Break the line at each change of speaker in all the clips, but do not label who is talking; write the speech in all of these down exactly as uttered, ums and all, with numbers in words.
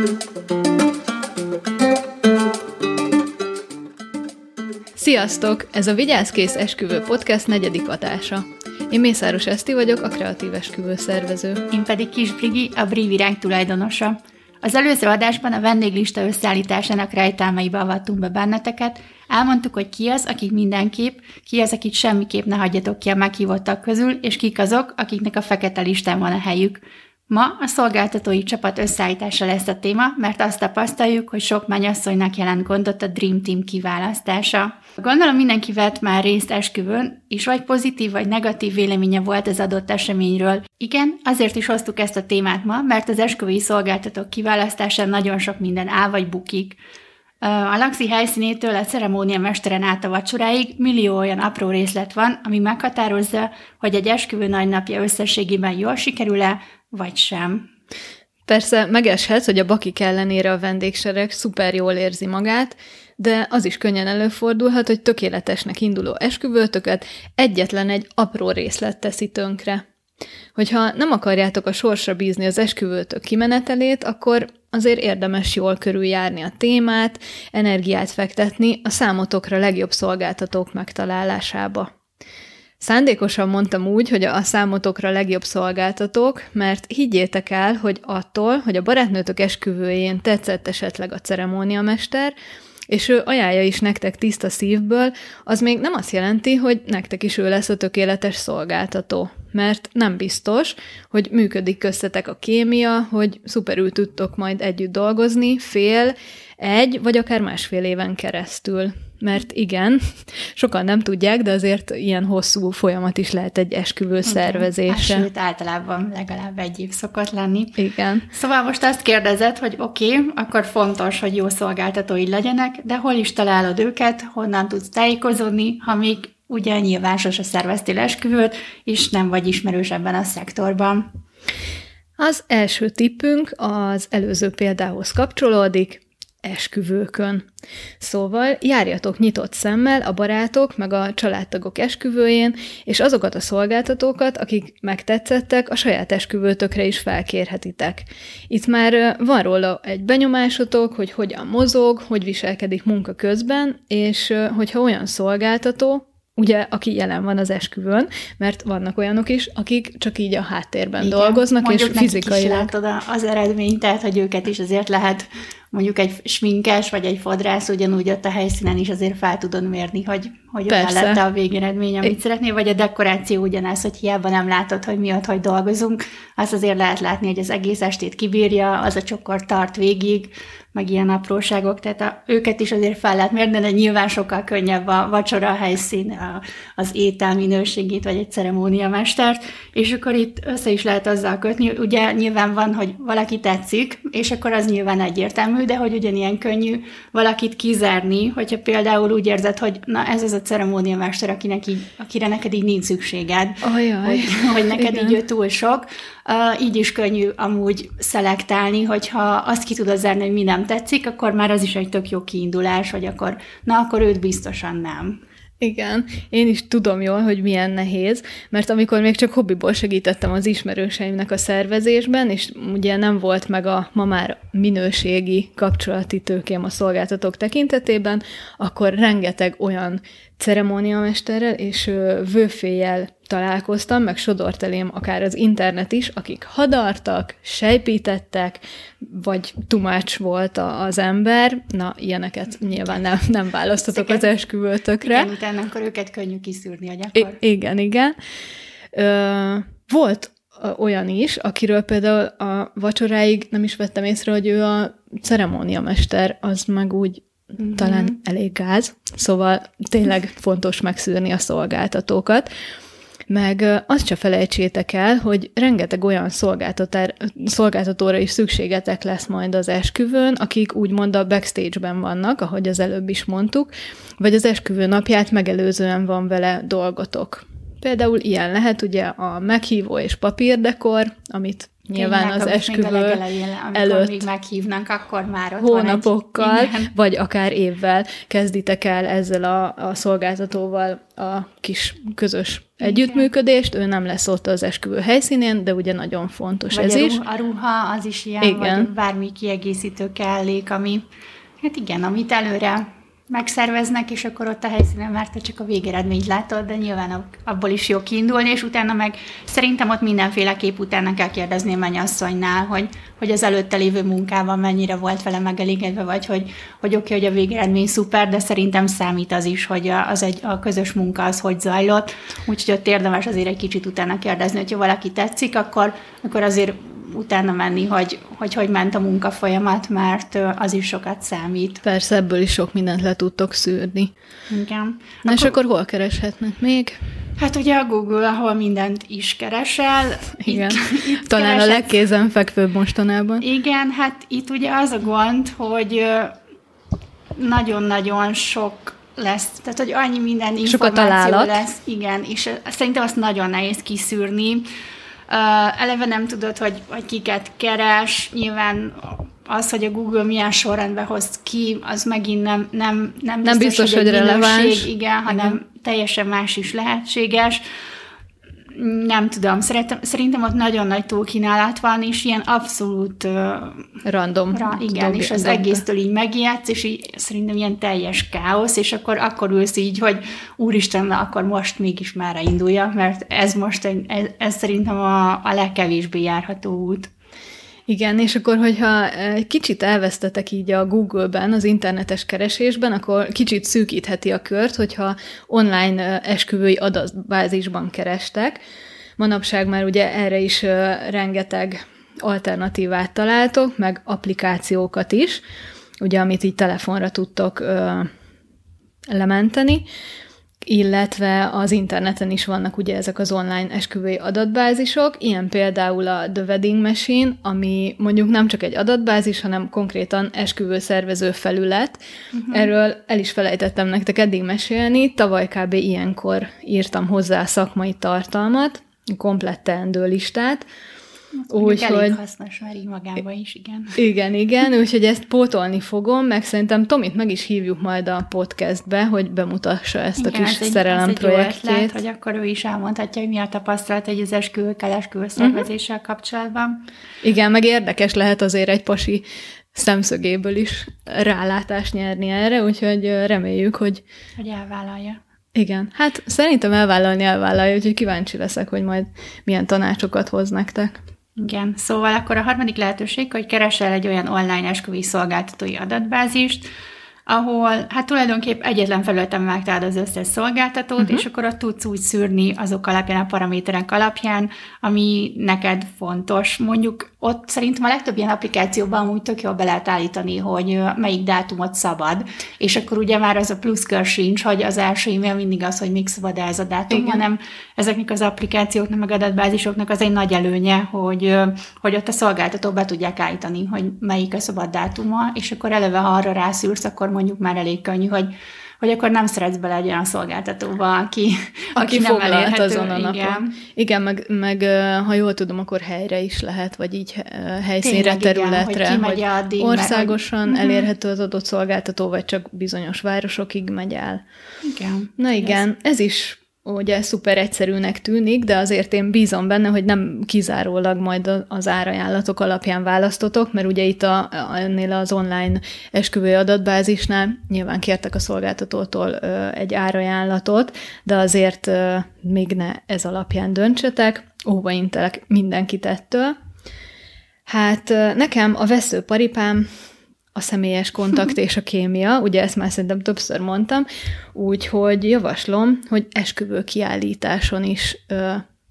Sziasztok! Ez a Vigyázz-kész esküvő podcast negyedik adása. Én Mészáros Eszti vagyok, a kreatív esküvő szervező.
Én pedig Kis Brigi, a Bri virág tulajdonosa. Az előző adásban a vendéglista összeállításának rejtelmeibe avattunk be benneteket, elmondtuk, hogy ki az, akik mindenképp, ki az, akit semmiképp ne hagyjatok ki a meghívottak közül, és kik azok, akiknek a fekete listán van a helyük. Ma a szolgáltatói csapat összeállítása lesz a téma, mert azt tapasztaljuk, hogy sok mennyasszonynak jelent gondot a Dream Team kiválasztása. Gondolom mindenki vett már részt esküvőn, és vagy pozitív vagy negatív véleménye volt az adott eseményről. Igen, azért is hoztuk ezt a témát ma, mert az esküvői szolgáltatók kiválasztásán nagyon sok minden áll vagy bukik. A laxi helyszínétől a ceremóniamesteren át a vacsoráig millió olyan apró részlet van, ami meghatározza, hogy egy esküvő nagynapja összességében jól sikerül-e, vagy sem.
Persze megeshet, hogy a bakik ellenére a vendégsereg szuper jól érzi magát, de az is könnyen előfordulhat, hogy tökéletesnek induló esküvőtöket egyetlen egy apró részlet teszi tönkre. Hogyha nem akarjátok a sorsra bízni az esküvőtök kimenetelét, akkor azért érdemes jól körüljárni a témát, energiát fektetni a számotokra legjobb szolgáltatók megtalálásába. Szándékosan mondtam úgy, hogy a számotokra legjobb szolgáltatók, mert higgyétek el, hogy attól, hogy a barátnőtök esküvőjén tetszett esetleg a ceremóniamester, és ő ajánlja is nektek tiszta szívből, az még nem azt jelenti, hogy nektek is ő lesz a tökéletes szolgáltató. Mert nem biztos, hogy működik köztetek a kémia, hogy szuperül tudtok majd együtt dolgozni fél, egy vagy akár másfél éven keresztül. Mert igen, sokan nem tudják, de azért ilyen hosszú folyamat is lehet egy esküvő szervezése.
Sőt, általában legalább egy év szokott lenni.
Igen.
Szóval most azt kérdezed, hogy oké, okay, akkor fontos, hogy jó szolgáltatói legyenek, de hol is találod őket, honnan tudsz tájékozódni, ha még ugye nyilván sose szerveztél esküvőt, és nem vagy ismerős ebben a szektorban.
Az első tippünk az előző példához kapcsolódik, esküvőkön. Szóval járjatok nyitott szemmel a barátok meg a családtagok esküvőjén, és azokat a szolgáltatókat, akik megtetszettek, a saját esküvőtökre is felkérhetitek. Itt már van róla egy benyomásotok, hogy hogyan mozog, hogy viselkedik munka közben, és hogyha olyan szolgáltató, ugye, aki jelen van az esküvőn, mert vannak olyanok is, akik csak így a háttérben igen, dolgoznak, és fizikailag.
Látod az eredményt, tehát, hogy őket is azért lehet, mondjuk egy sminkes, vagy egy fodrász ugyanúgy ott a helyszínen is azért fel tudod mérni, hogy, hogy olyan lett a végeredmény, amit é. szeretnél, vagy a dekoráció ugyanaz, hogy hiába nem látod, hogy mi ott, hogy dolgozunk, azt azért lehet látni, hogy az egész estét kibírja, az a csokor tart végig, meg ilyen apróságok, tehát a, őket is azért fel lehet mérni, de nyilván sokkal könnyebb a vacsora, a helyszín, a, az étel minőségét, vagy egy ceremóniamestert, és akkor itt össze is lehet azzal kötni, ugye nyilván van, hogy valaki tetszik, és akkor az nyilván egyértelmű, de hogy ugyanilyen könnyű valakit kizárni, hogyha például úgy érzed, hogy na ez az a ceremóniamester, akinek így, akire neked így nincs szükséged,
Ajaj,
hogy, hogy neked
igen.
így ő túl sok. Uh, így is könnyű amúgy szelektálni, hogyha azt ki tudod zárni, hogy mi nem tetszik, akkor már az is egy tök jó kiindulás, hogy akkor, na akkor őt biztosan nem.
Igen, én is tudom jól, hogy milyen nehéz, mert amikor még csak hobbiból segítettem az ismerőseimnek a szervezésben, és ugye nem volt meg a ma már minőségi kapcsolati tőkém a szolgáltatók tekintetében, akkor rengeteg olyan ceremóniamesterrel és vőfélyel találkoztam, meg sodort elém akár az internet is, akik hadartak, sejpítettek, vagy tumács volt az ember. Na, ilyeneket nyilván nem, nem választatok az esküvőtökre.
Igen, utána akkor őket könnyű kiszűrni a gyakor.
I- igen, igen. Ö, volt olyan is, akiről például a vacsoráig nem is vettem észre, hogy ő a ceremóniamester, az meg úgy mm-hmm. talán elég gáz. Szóval tényleg fontos megszűrni a szolgáltatókat. Meg azt se felejtsétek el, hogy rengeteg olyan szolgáltatóra is szükségetek lesz majd az esküvőn, akik úgymond a backstage-ben vannak, ahogy az előbb is mondtuk, vagy az esküvő napját megelőzően van vele dolgotok. Például ilyen lehet ugye a meghívó és papírdekor, amit nyilván
Tényleg,
az esküvő előtt
még meghívnak, akkor már ott
hónapokkal,
egy,
vagy akár évvel kezditek el ezzel a, a szolgáltatóval a kis közös igen. együttműködést. Ő nem lesz ott az esküvő helyszínén, de ugye nagyon fontos
vagy
ez
a ruha,
is.
a ruha, az is ilyen,
igen.
vagy bármi kiegészítő kellék, ami, hát igen, amit előre megszerveznek, és akkor ott a helyszínen már te csak a végeredményt látod, de nyilván abból is jó kiindulni, és utána meg szerintem ott mindenféleképp utána kell kérdezni a mennyasszonynál, hogy, hogy az előtte lévő munkában mennyire volt vele megelégedve, vagy hogy, hogy oké, okay, hogy a végeredmény szuper, de szerintem számít az is, hogy az egy, a közös munka az hogy zajlott, úgyhogy ott érdemes azért egy kicsit utána kérdezni, hogyha valaki tetszik, akkor, akkor azért utána menni, hogy, hogy hogy ment a munkafolyamat, mert az is sokat számít.
Persze, ebből is sok mindent le tudtok szűrni.
Igen.
Na akkor, és akkor hol kereshetnek még?
Hát ugye a Google, ahol mindent is keresel.
Igen. Itt, itt Talán keresed. A legkézenfekvőbb mostanában.
Igen, hát itt ugye az a gond, hogy nagyon-nagyon sok lesz, tehát hogy annyi minden információ lesz. Igen, és szerintem azt nagyon nehéz kiszűrni. Uh, eleve nem tudod, hogy, hogy kiket keres, nyilván az, hogy a Google milyen sorrendben hoz ki, az megint nem, nem, nem,
nem biztos, biztos hogy, hogy releváns.
Igen, hanem igen. teljesen más is lehetséges. Nem tudom, szerintem, szerintem ott nagyon nagy túlkínálat van, és ilyen abszolút uh,
random.
Ra, igen, dobja, és az dobja. Egésztől így megijedsz, és így szerintem ilyen teljes káosz, és akkor, akkor ülsz így, hogy úristen, na, akkor most mégis mára indulja, mert ez most egy, ez, ez szerintem a, a legkevésbé járható út.
Igen, és akkor, hogyha egy kicsit elvesztetek így a Google-ben, az internetes keresésben, akkor kicsit szűkítheti a kört, hogyha online esküvői adatbázisban kerestek. Manapság már ugye erre is rengeteg alternatívát találtok, meg applikációkat is, ugye, amit így telefonra tudtok lementeni, illetve az interneten is vannak ugye ezek az online esküvői adatbázisok, ilyen például a The Wedding Machine, ami mondjuk nem csak egy adatbázis, hanem konkrétan esküvőszervező felület. Uh-huh. Erről el is felejtettem nektek eddig mesélni, tavaly kb. Ilyenkor írtam hozzá a szakmai tartalmat, komplett teendő listát.
Úgy, elég hogy... hasznos már így magában is, igen.
Igen, igen, úgyhogy ezt pótolni fogom, meg szerintem Tomit meg is hívjuk majd a podcastbe, hogy bemutassa ezt igen, a kis szerelem projektjét.
Hogy akkor ő is elmondhatja, hogy mi a tapasztalat egy az esküvőkkel, esküvőszervezéssel uh-huh. kapcsolatban.
Igen, meg érdekes lehet azért egy pasi szemszögéből is rálátást nyerni erre, úgyhogy reméljük, hogy...
Hogy elvállalja.
Igen, hát szerintem elvállalni elvállalja, úgyhogy kíváncsi leszek, hogy majd milyen tanácsokat hoz nektek.
Igen, szóval akkor a harmadik lehetőség, hogy keresel egy olyan online esküvői szolgáltatói adatbázist, ahol hát tulajdonképp egyetlen felületen megtaláld az összes szolgáltatót, uh-huh. és akkor ott tudsz úgy szűrni azok alapján, a paraméterek alapján, ami neked fontos. Mondjuk ott szerintem a legtöbb ilyen applikációban úgy tök jól be lehet állítani, hogy melyik dátumot szabad, és akkor ugye már az a pluszkör sincs, hogy az első e-mail mindig az, hogy még szabad ez a dátum, igen. hanem ezeknek az applikációknak, meg adatbázisoknak az egy nagy előnye, hogy, hogy ott a szolgáltató be tudják állítani, hogy melyik a szabad dátuma, és akkor eleve, ha arra rászűrsz, akkor mondjuk már elég könnyű, hogy, hogy akkor nem szeretsz bele egy olyan szolgáltatóba, aki,
aki,
aki nem elérhető.
Azon a napon. Igen, igen meg, meg ha jól tudom, akkor helyre is lehet, vagy így helyszínre, tényleg, területre, igen, hogy, hogy országosan meg, hogy... elérhető az adott szolgáltató, vagy csak bizonyos városokig megy el.
Igen.
Na igen, ez, ez is ugye szuper egyszerűnek tűnik, de azért én bízom benne, hogy nem kizárólag majd az árajánlatok alapján választotok, mert ugye itt a, ennél az online esküvői adatbázisnál nyilván kértek a szolgáltatótól ö, egy árajánlatot, de azért ö, még ne ez alapján döntsetek, óva intelek mindenkit ettől. Hát ö, nekem a veszőparipám a személyes kontakt és a kémia, ugye ezt már szerintem többször mondtam, úgyhogy javaslom, hogy esküvő kiállításon is ö,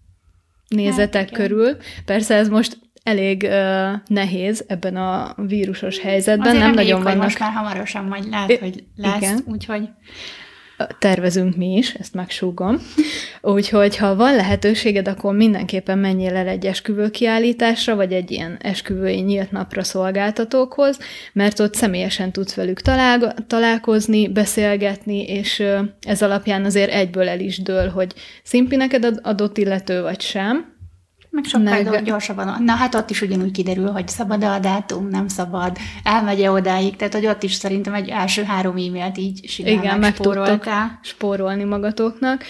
nézzetek hát, körül. Persze ez most elég ö, nehéz ebben a vírusos helyzetben.
Azért
nem
reméljük,
nagyon vannak...
most már hamarosan majd lehet, hogy lesz, igen. úgyhogy...
Tervezünk mi is, ezt megsúgom. Úgyhogy, ha van lehetőséged, akkor mindenképpen menjél el egy esküvő kiállításra, vagy egy ilyen esküvői nyílt napra szolgáltatókhoz, mert ott személyesen tudsz velük talál- találkozni, beszélgetni, és ez alapján azért egyből el is dől, hogy szimpi neked adott illető, vagy sem.
Meg sokkal Meg... gyorsabban. Na hát ott is ugyanúgy kiderül, hogy szabad-e a dátum, nem szabad, elmegy-e odáig, tehát hogy ott is szerintem egy első három e-mailt így simán
igen, meg tudtok spórolni magatoknak.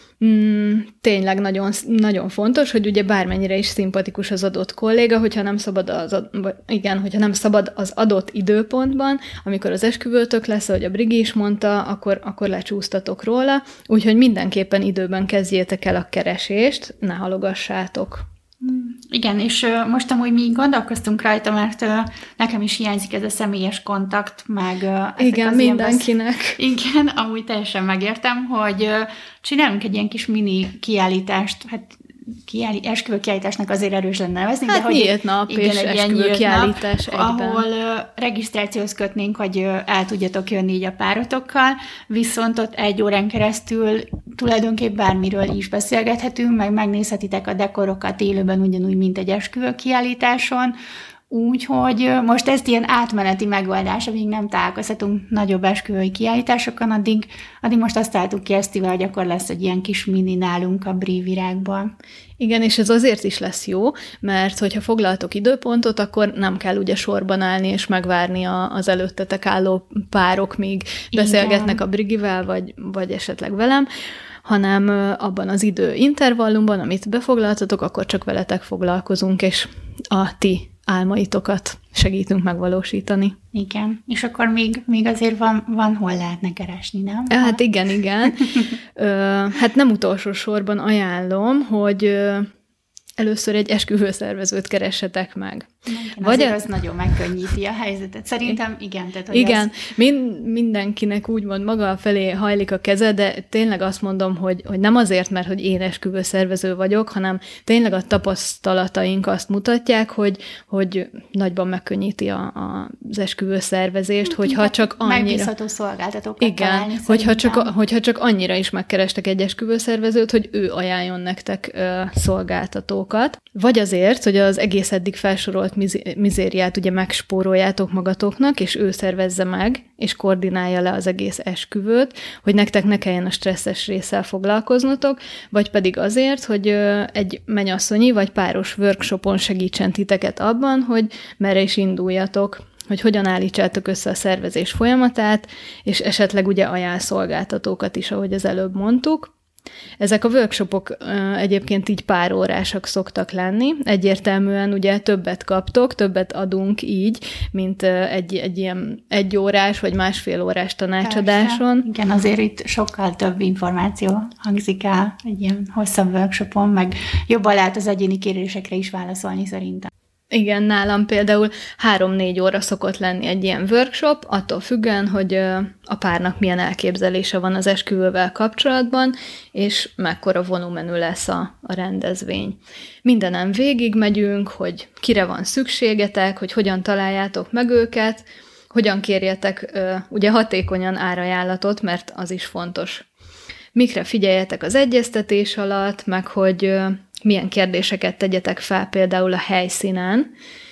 Mm, tényleg nagyon, nagyon fontos, hogy ugye bármennyire is szimpatikus az adott kolléga, hogyha nem szabad az, igen, hogyha nem szabad az adott időpontban, amikor az esküvőtök lesz, ahogy a Brigi is mondta, akkor, akkor lecsúsztatok róla, úgyhogy mindenképpen időben kezdjétek el a keresést, ne halogassátok.
Igen, és uh, most amúgy mi gondolkoztunk rajta, mert uh, nekem is hiányzik ez a személyes kontakt, meg uh,
igen, mindenkinek.
Besz... Igen, amúgy teljesen megértem, hogy uh, csinálunk egy ilyen kis mini kiállítást, hát kiállí... esküvő kiállításnak azért erős lenne nevezni,
hát
de hogy
nyílt nap igen, és esküvő kiállítás
nap, ahol uh, regisztrációhoz kötnénk, hogy uh, el tudjatok jönni így a párotokkal, viszont ott egy órán keresztül tulajdonképpen bármiről is beszélgethetünk, meg megnézhetitek a dekorokat élőben ugyanúgy, mint egy esküvő kiállításon, úgyhogy most ezt ilyen átmeneti megoldás, amíg nem találkozhatunk nagyobb esküvői kiállításokon, addig, addig most azt találtuk ki Esztivel, hogy akkor lesz egy ilyen kis mini nálunk a Brie virágban.
Igen, és ez azért is lesz jó, mert hogyha foglaltok időpontot, akkor nem kell ugye sorban állni és megvárni a, az előttetek álló párok, míg igen. beszélgetnek a Brigivel, vagy, vagy esetleg velem, hanem abban az idő intervallumban, amit befoglaltatok, akkor csak veletek foglalkozunk, és a ti álmaitokat segítünk megvalósítani.
Igen, és akkor még, még azért van, van hol lehetne keresni, nem?
Hát igen, igen. Ö, hát nem utolsó sorban ajánlom, hogy ö, először egy esküvőszervezőt keressetek meg.
Igen, Vagy azért a... az nagyon megkönnyíti a helyzetet. Szerintem igen. Tehát, hogy
igen,
az...
Mind, mindenkinek úgymond maga felé hajlik a keze, de tényleg azt mondom, hogy, hogy nem azért, mert hogy én esküvőszervező vagyok, hanem tényleg a tapasztalataink azt mutatják, hogy, hogy nagyban megkönnyíti a, a, az esküvőszervezést, hogyha csak annyira...
Megbízható szolgáltatókat
igen,
találni,
hogyha csak, hogyha csak annyira is megkerestek egy esküvőszervezőt, hogy ő ajánljon nektek ö, szolgáltatókat. Vagy azért, hogy az egész eddig felsorolt mizériát ugye megspóroljátok magatoknak, és ő szervezze meg, és koordinálja le az egész esküvőt, hogy nektek ne kelljen a stresszes résszel foglalkoznotok, vagy pedig azért, hogy egy mennyasszonyi vagy páros workshopon segítsen titeket abban, hogy merre is induljatok, hogy hogyan állítsátok össze a szervezés folyamatát, és esetleg ugye ajánlszolgáltatókat is, ahogy az előbb mondtuk. Ezek a workshopok egyébként így pár órásak szoktak lenni. Egyértelműen ugye többet kaptok, többet adunk így, mint egy, egy ilyen egy órás vagy másfél órás tanácsadáson.
Persze. Igen, azért itt sokkal több információ hangzik el egy ilyen hosszabb workshopon, meg jobban lehet az egyéni kérésekre is válaszolni szerintem.
Igen, nálam például három-négy óra szokott lenni egy ilyen workshop, attól függően, hogy a párnak milyen elképzelése van az esküvővel kapcsolatban, és mekkora volumenű lesz a, a rendezvény. Mindenem végig megyünk, hogy kire van szükségetek, hogy hogyan találjátok meg őket, hogyan kérjetek ugye hatékonyan árajánlatot, mert az is fontos. Mikre figyeljetek az egyeztetés alatt, meg hogy milyen kérdéseket tegyetek fel például a helyszínen,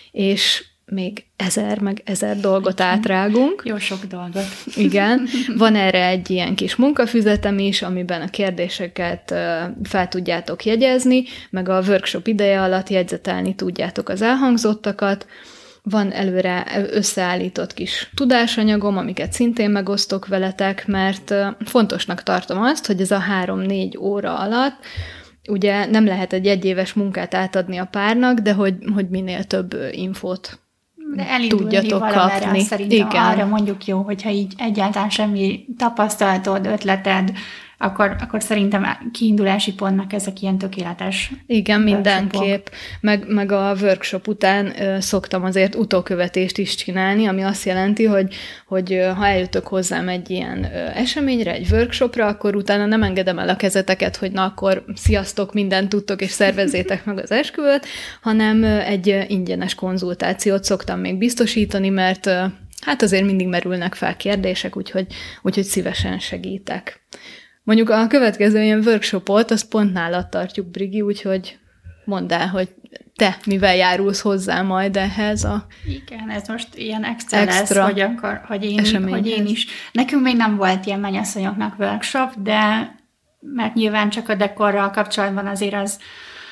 és még ezer, meg ezer dolgot átrágunk.
Jó sok dolgot.
Igen. Van erre egy ilyen kis munkafüzetem is, amiben a kérdéseket fel tudjátok jegyezni, meg a workshop ideje alatt jegyzetelni tudjátok az elhangzottakat. Van előre összeállított kis tudásanyagom, amiket szintén megosztok veletek, mert fontosnak tartom azt, hogy ez a három-négy óra alatt ugye nem lehet egy egyéves munkát átadni a párnak, de hogy, hogy minél több infót
de tudjatok kapni. Szerintem igen. Arra mondjuk jó, hogyha így egyáltalán semmi tapasztalatod, ötleted, akkor, akkor szerintem kiindulási pontnak ezek ilyen tökéletes.
Igen, mindenképp. Meg, meg a workshop után ö, szoktam azért utókövetést is csinálni, ami azt jelenti, hogy, hogy ö, ha eljutok hozzám egy ilyen ö, eseményre, egy workshopra, akkor utána nem engedem el a kezeteket, hogy na akkor sziasztok, mindent tudtok, és szervezzétek meg az esküvőt, hanem ö, egy ö, ingyenes konzultációt szoktam még biztosítani, mert ö, hát azért mindig merülnek fel kérdések, úgyhogy, úgyhogy szívesen segítek. Mondjuk a következő ilyen workshopot, azt pont nálad tartjuk, Brigi, úgyhogy mondd el, hogy te mivel járulsz hozzá majd ehhez a
igen, ez most ilyen extra, extra lesz, hogy, akkor, hogy, én, hogy én is. Nekünk még nem volt ilyen mennyasszonyoknak workshop, de mert nyilván csak a dekorral kapcsolatban azért az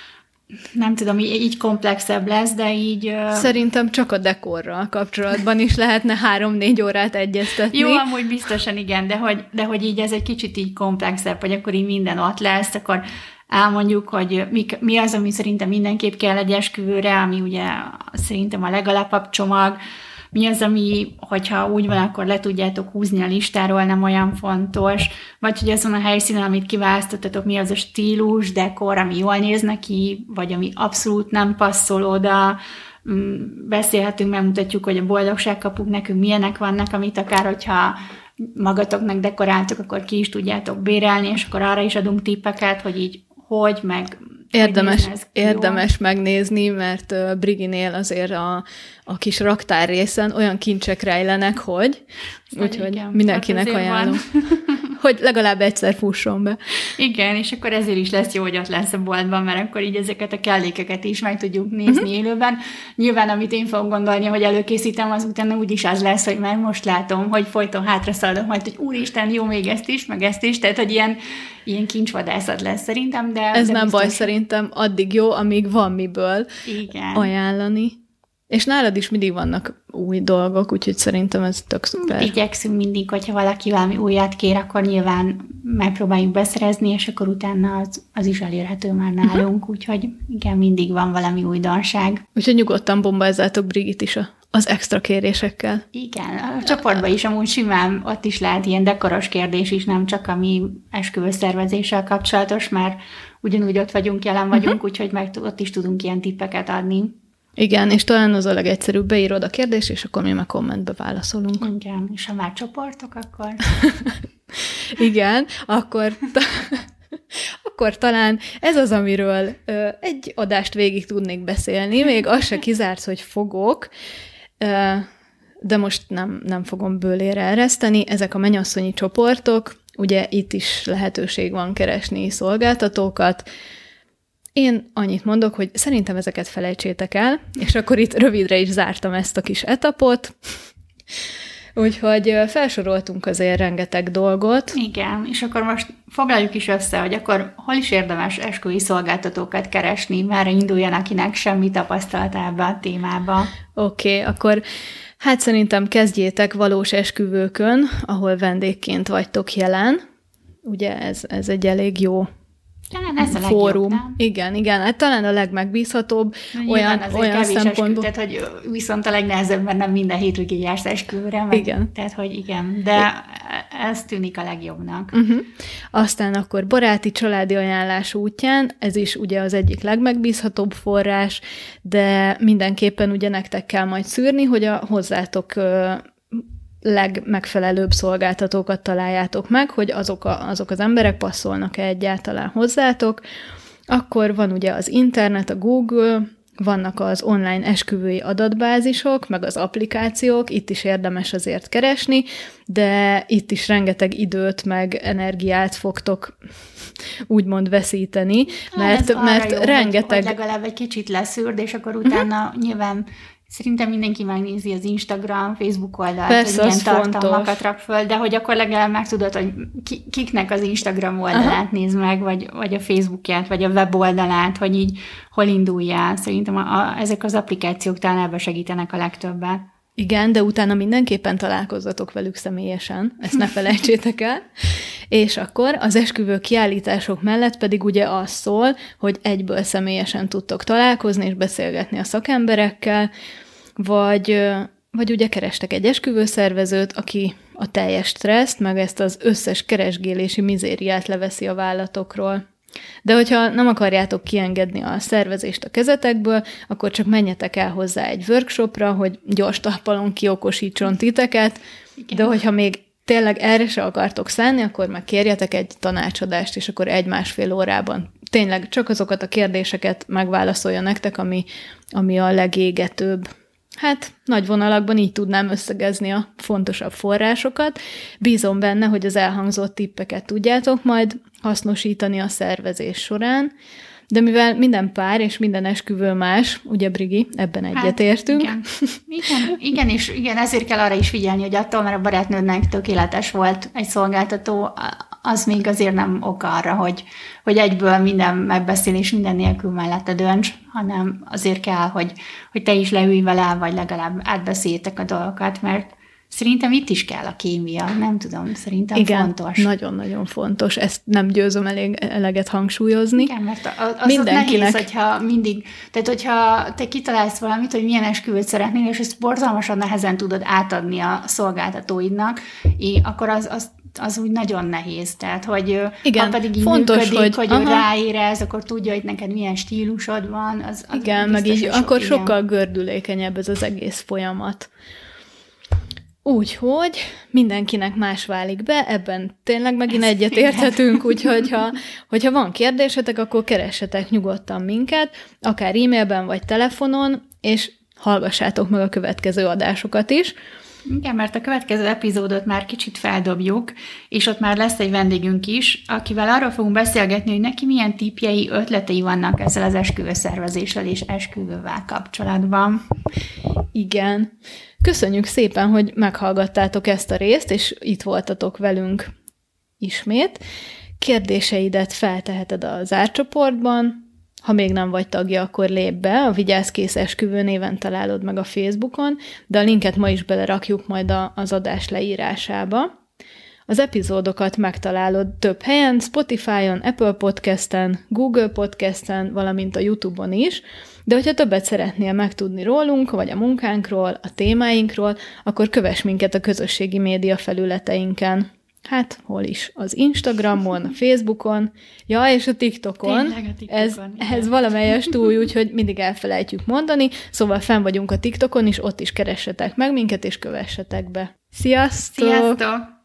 nem tudom, így, így komplexebb lesz, de így...
Szerintem csak a dekorral kapcsolatban is lehetne három-négy órát egyeztetni.
Jó, amúgy biztosan igen, de hogy, de hogy így ez egy kicsit így komplexebb, hogy akkor így minden ott lesz, akkor elmondjuk, hogy mi, mi az, ami szerintem mindenképp kell egy esküvőre, ami ugye szerintem a legalapabb csomag, mi az, ami, hogyha úgy van, akkor le tudjátok húzni a listáról, nem olyan fontos, vagy hogy azon a helyszínen, amit kiválasztottatok, mi az a stílus, dekor, ami jól néz neki, vagy ami abszolút nem passzol oda. Beszélhetünk, megmutatjuk, hogy a boldogságkapuk nekünk milyenek vannak, amit akár, hogyha magatoknak dekoráltok, akkor ki is tudjátok bérelni, és akkor arra is adunk tippeket, hogy így hogy, meg
Érdemes, érdemes megnézni, mert uh, Briginél azért a, a kis raktár részen olyan kincsek rejlenek, hogy úgyhogy igen, mindenkinek hát ajánlom, hogy legalább egyszer fusson be.
Igen, és akkor ezért is lesz jó, hogy ott lesz a boltban, mert akkor így ezeket a kellékeket is meg tudjuk nézni uh-huh. élőben. Nyilván, amit én fogok gondolni, hogy előkészítem, az utána úgyis az lesz, hogy már most látom, hogy folyton hátra szaladok majd, hogy úristen, jó, még ezt is, meg ezt is, tehát, hogy ilyen, ilyen kincsvadászat lesz szerintem. De,
Ez
de
nem
biztos,
baj, szerintem addig jó, amíg van miből
igen.
ajánlani. És nálad is mindig vannak új dolgok, úgyhogy szerintem ez tök szuper.
Igyekszünk mindig, hogyha valaki valami újat kér, akkor nyilván megpróbáljuk beszerezni, és akkor utána az, az is elérhető már nálunk, uh-huh. úgyhogy igen, mindig van valami újdonság.
Úgyhogy nyugodtan bombázzátok Brigit is a, az extra kérésekkel.
Igen, a csoportban is amúgy simán ott is lehet ilyen dekoros kérdés is, nem csak ami esküvőszervezéssel kapcsolatos, mert ugyanúgy ott vagyunk, jelen vagyunk, uh-huh. úgyhogy meg ott is tudunk ilyen tippeket adni.
Igen, és talán az a legegyszerűbb, beírod a kérdést, és akkor mi meg kommentbe válaszolunk.
Igen, és ha már csoportok, akkor...
Igen, akkor, ta- akkor talán ez az, amiről ö, egy adást végig tudnék beszélni, még az se kizárt, hogy fogok, ö, de most nem, nem fogom bőlére ereszteni. Ezek a mennyasszonyi csoportok, ugye itt is lehetőség van keresni szolgáltatókat. Én annyit mondok, hogy szerintem ezeket felejtsétek el, és akkor itt rövidre is zártam ezt a kis etapot. Úgyhogy felsoroltunk azért rengeteg dolgot.
Igen, és akkor most foglaljuk is össze, hogy akkor hol is érdemes esküvői szolgáltatókat keresni, merre induljon, akinek semmi tapasztalata ebbe a témába.
Oké, okay, akkor hát szerintem kezdjétek valós esküvőkön, ahol vendégként vagytok jelen. Ugye ez, ez egy elég jó
talán ez a
fórum.
Legjobb, nem?
Igen, igen, hát talán a legmegbízhatóbb olyan, olyan szempontból.
Tehát, hogy viszont a legnehezebben nem minden hétvégig jársz esküvőre. Meg, igen. Tehát, hogy igen, de ez tűnik a legjobbnak.
Uh-huh. Aztán akkor baráti, családi ajánlás útján, ez is ugye az egyik legmegbízhatóbb forrás, de mindenképpen ugye nektek kell majd szűrni, hogy a hozzátok legmegfelelőbb szolgáltatókat találjátok meg, hogy azok, a, azok az emberek passzolnak-e egyáltalán hozzátok. Akkor van ugye az internet, a Google, vannak az online esküvői adatbázisok, meg az applikációk, itt is érdemes azért keresni, de itt is rengeteg időt, meg energiát fogtok úgymond veszíteni, mert,
hát
mert
jó,
rengeteg...
hogy legalább egy kicsit leszűrd, és akkor utána uh-huh. nyilván szerintem mindenki megnézi az Instagram, Facebook oldalt,
persze,
hogy ilyen tartalmakat
fontos.
rak föl, de hogy akkor legalább megtudod, hogy ki, kiknek az Instagram oldalát Aha. nézd meg, vagy, vagy a Facebookját, vagy a weboldalát, hogy így hol induljál. Szerintem a, a, ezek az applikációk talán ebbe segítenek a legtöbbet.
Igen, de utána mindenképpen találkozzatok velük személyesen, ezt ne felejtsétek el. És akkor az esküvő kiállítások mellett pedig ugye az szól, hogy egyből személyesen tudtok találkozni és beszélgetni a szakemberekkel, vagy, vagy ugye kerestek egy esküvőszervezőt, aki a teljes stresszt, meg ezt az összes keresgélési mizériát leveszi a vállatokról. De hogyha nem akarjátok kiengedni a szervezést a kezetekből, akkor csak menjetek el hozzá egy workshopra, hogy gyors talpalon kiokosítson titeket, igen. De hogyha még tényleg erre se akartok szállni, akkor meg kérjetek egy tanácsadást, és akkor egy-másfél órában tényleg csak azokat a kérdéseket megválaszolja nektek, ami, ami a legégetőbb. Hát nagy vonalakban így tudnám összegezni a fontosabb forrásokat. Bízom benne, hogy az elhangzott tippeket tudjátok majd hasznosítani a szervezés során, de mivel minden pár és minden esküvő más, ugye Brigi, ebben hát, egyetértünk.
Igen. Igen, igen, és igen, ezért kell arra is figyelni, hogy attól, mert a barátnődnek tökéletes volt egy szolgáltató, az még azért nem ok arra, hogy, hogy egyből minden megbeszélés minden nélkül mellette dönts, hanem azért kell, hogy, hogy te is leülj vele, vagy legalább átbeszéljétek a dolgokat, mert szerintem itt is kell a kémia, nem tudom, szerintem
igen,
fontos.
nagyon-nagyon fontos, ezt nem győzöm elég, eleget hangsúlyozni.
Igen, mert az, az mindenkinek nehéz, hogyha mindig, tehát hogyha te kitalálsz valamit, hogy milyen esküvőt szeretnél, és ezt borzalmasan nehezen tudod átadni a szolgáltatóidnak, akkor az, az az úgy nagyon nehéz. Tehát, hogy igen, ha pedig így fontos, működik, hogy, hogy ráérez, akkor tudja, hogy neked milyen stílusod van. Az, az
igen, meg így sok, akkor igen. sokkal gördülékenyebb ez az egész folyamat. Úgyhogy mindenkinek más válik be, ebben tényleg megint ezt egyet érthetünk, úgyhogy ha, hogyha van kérdésetek, akkor keressetek nyugodtan minket, akár e-mailben vagy telefonon, és hallgassátok meg a következő adásokat is.
Igen, mert a következő epizódot már kicsit feldobjuk, és ott már lesz egy vendégünk is, akivel arról fogunk beszélgetni, hogy neki milyen tippjei, ötletei vannak ezzel az esküvőszervezéssel és esküvővel kapcsolatban.
Igen. Köszönjük szépen, hogy meghallgattátok ezt a részt, és itt voltatok velünk ismét. Kérdéseidet felteheted a zárcsoportban. Ha még nem vagy tagja, akkor lépj be, a Vigyázz-kész esküvő néven találod meg a Facebookon, de a linket ma is belerakjuk majd a, az adás leírásába. Az epizódokat megtalálod több helyen, Spotify-on, Apple Podcasten, Google Podcasten, valamint a YouTube-on is, de hogyha többet szeretnél megtudni rólunk, vagy a munkánkról, a témáinkról, akkor kövess minket a közösségi média felületeinken. Hát, hol is? Az Instagramon, a Facebookon, ja, és a TikTokon.
Tényleg a TikTokon.
Ez, ez valamelyest új, úgyhogy mindig elfelejtjük mondani, szóval fenn vagyunk a TikTokon is, ott is keressetek meg minket, és kövessetek be. Sziasztok!
Sziasztok!